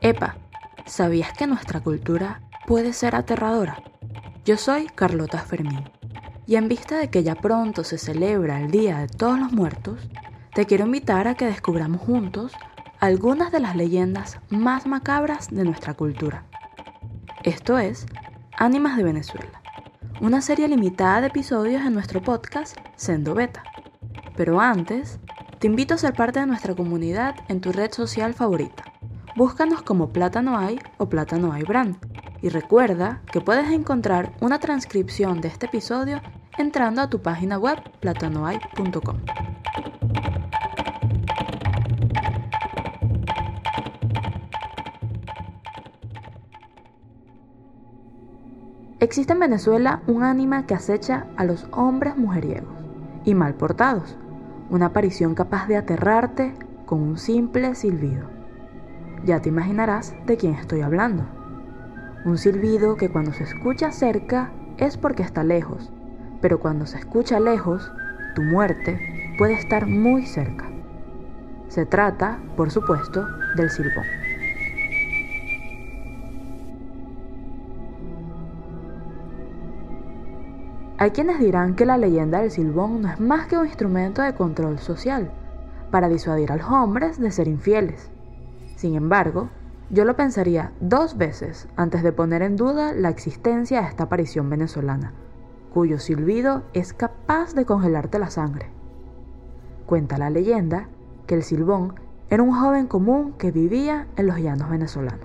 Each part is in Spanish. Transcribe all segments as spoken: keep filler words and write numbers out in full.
Epa, ¿sabías que nuestra cultura puede ser aterradora? Yo soy Carlota Fermín, y en vista de que ya pronto se celebra el Día de Todos los Muertos, te quiero invitar a que descubramos juntos algunas de las leyendas más macabras de nuestra cultura. Esto es Ánimas de Venezuela, una serie limitada de episodios en nuestro podcast Sendo Beta. Pero antes, te invito a ser parte de nuestra comunidad en tu red social favorita. Búscanos como Plátano Hay o Plátano Hay Brand. Y recuerda que puedes encontrar una transcripción de este episodio entrando a tu página web platanohay punto com. Existe en Venezuela un ánima que acecha a los hombres mujeriegos y mal portados, una aparición capaz de aterrarte con un simple silbido. Ya te imaginarás de quién estoy hablando. Un silbido que cuando se escucha cerca es porque está lejos, pero cuando se escucha lejos, tu muerte puede estar muy cerca. Se trata, por supuesto, del silbón. Hay quienes dirán que la leyenda del silbón no es más que un instrumento de control social, para disuadir a los hombres de ser infieles. Sin embargo, yo lo pensaría dos veces antes de poner en duda la existencia de esta aparición venezolana, cuyo silbido es capaz de congelarte la sangre. Cuenta la leyenda que el silbón era un joven común que vivía en los llanos venezolanos.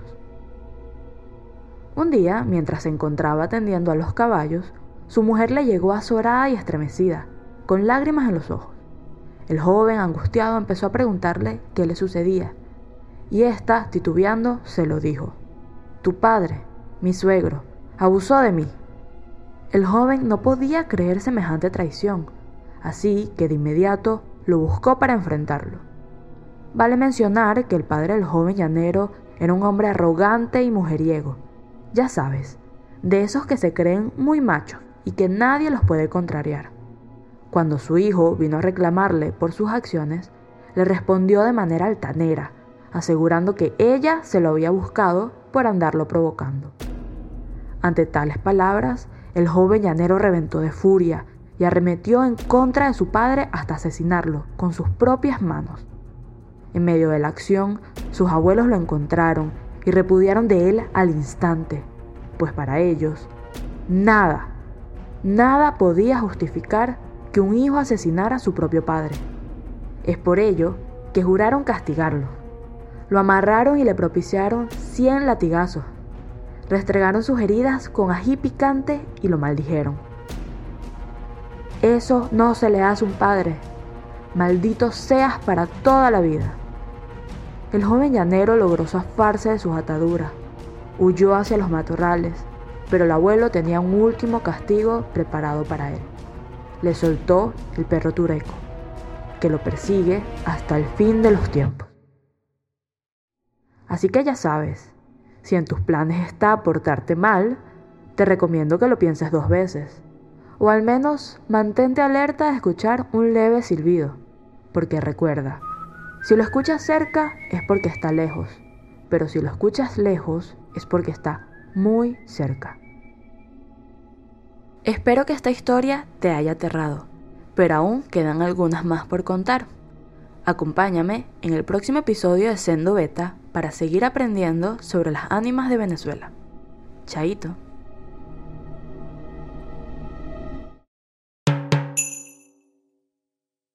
Un día, mientras se encontraba atendiendo a los caballos, su mujer le llegó azorada y estremecida, con lágrimas en los ojos. El joven, angustiado, empezó a preguntarle qué le sucedía, y ésta, titubeando, se lo dijo: «Tu padre, mi suegro, abusó de mí». El joven no podía creer semejante traición, así que de inmediato lo buscó para enfrentarlo. Vale mencionar que el padre del joven llanero era un hombre arrogante y mujeriego, ya sabes, de esos que se creen muy machos y que nadie los puede contrariar. Cuando su hijo vino a reclamarle por sus acciones, le respondió de manera altanera, asegurando que ella se lo había buscado por andarlo provocando. Ante tales palabras, el joven llanero reventó de furia y arremetió en contra de su padre hasta asesinarlo con sus propias manos. En medio de la acción, sus abuelos lo encontraron y repudiaron de él al instante, pues para ellos, nada, nada podía justificar que un hijo asesinara a su propio padre. Es por ello que juraron castigarlo. Lo amarraron y le propiciaron cien latigazos. Restregaron sus heridas con ají picante y lo maldijeron. «Eso no se le hace a un padre. Maldito seas para toda la vida». El joven llanero logró zafarse de sus ataduras. Huyó hacia los matorrales, pero el abuelo tenía un último castigo preparado para él. Le soltó el perro tureco, que lo persigue hasta el fin de los tiempos. Así que ya sabes, si en tus planes está portarte mal, te recomiendo que lo pienses dos veces. O al menos mantente alerta de escuchar un leve silbido. Porque recuerda, si lo escuchas cerca es porque está lejos. Pero si lo escuchas lejos es porque está muy cerca. Espero que esta historia te haya aterrado, pero aún quedan algunas más por contar. Acompáñame en el próximo episodio de Sendo Beta para seguir aprendiendo sobre las ánimas de Venezuela. Chaito.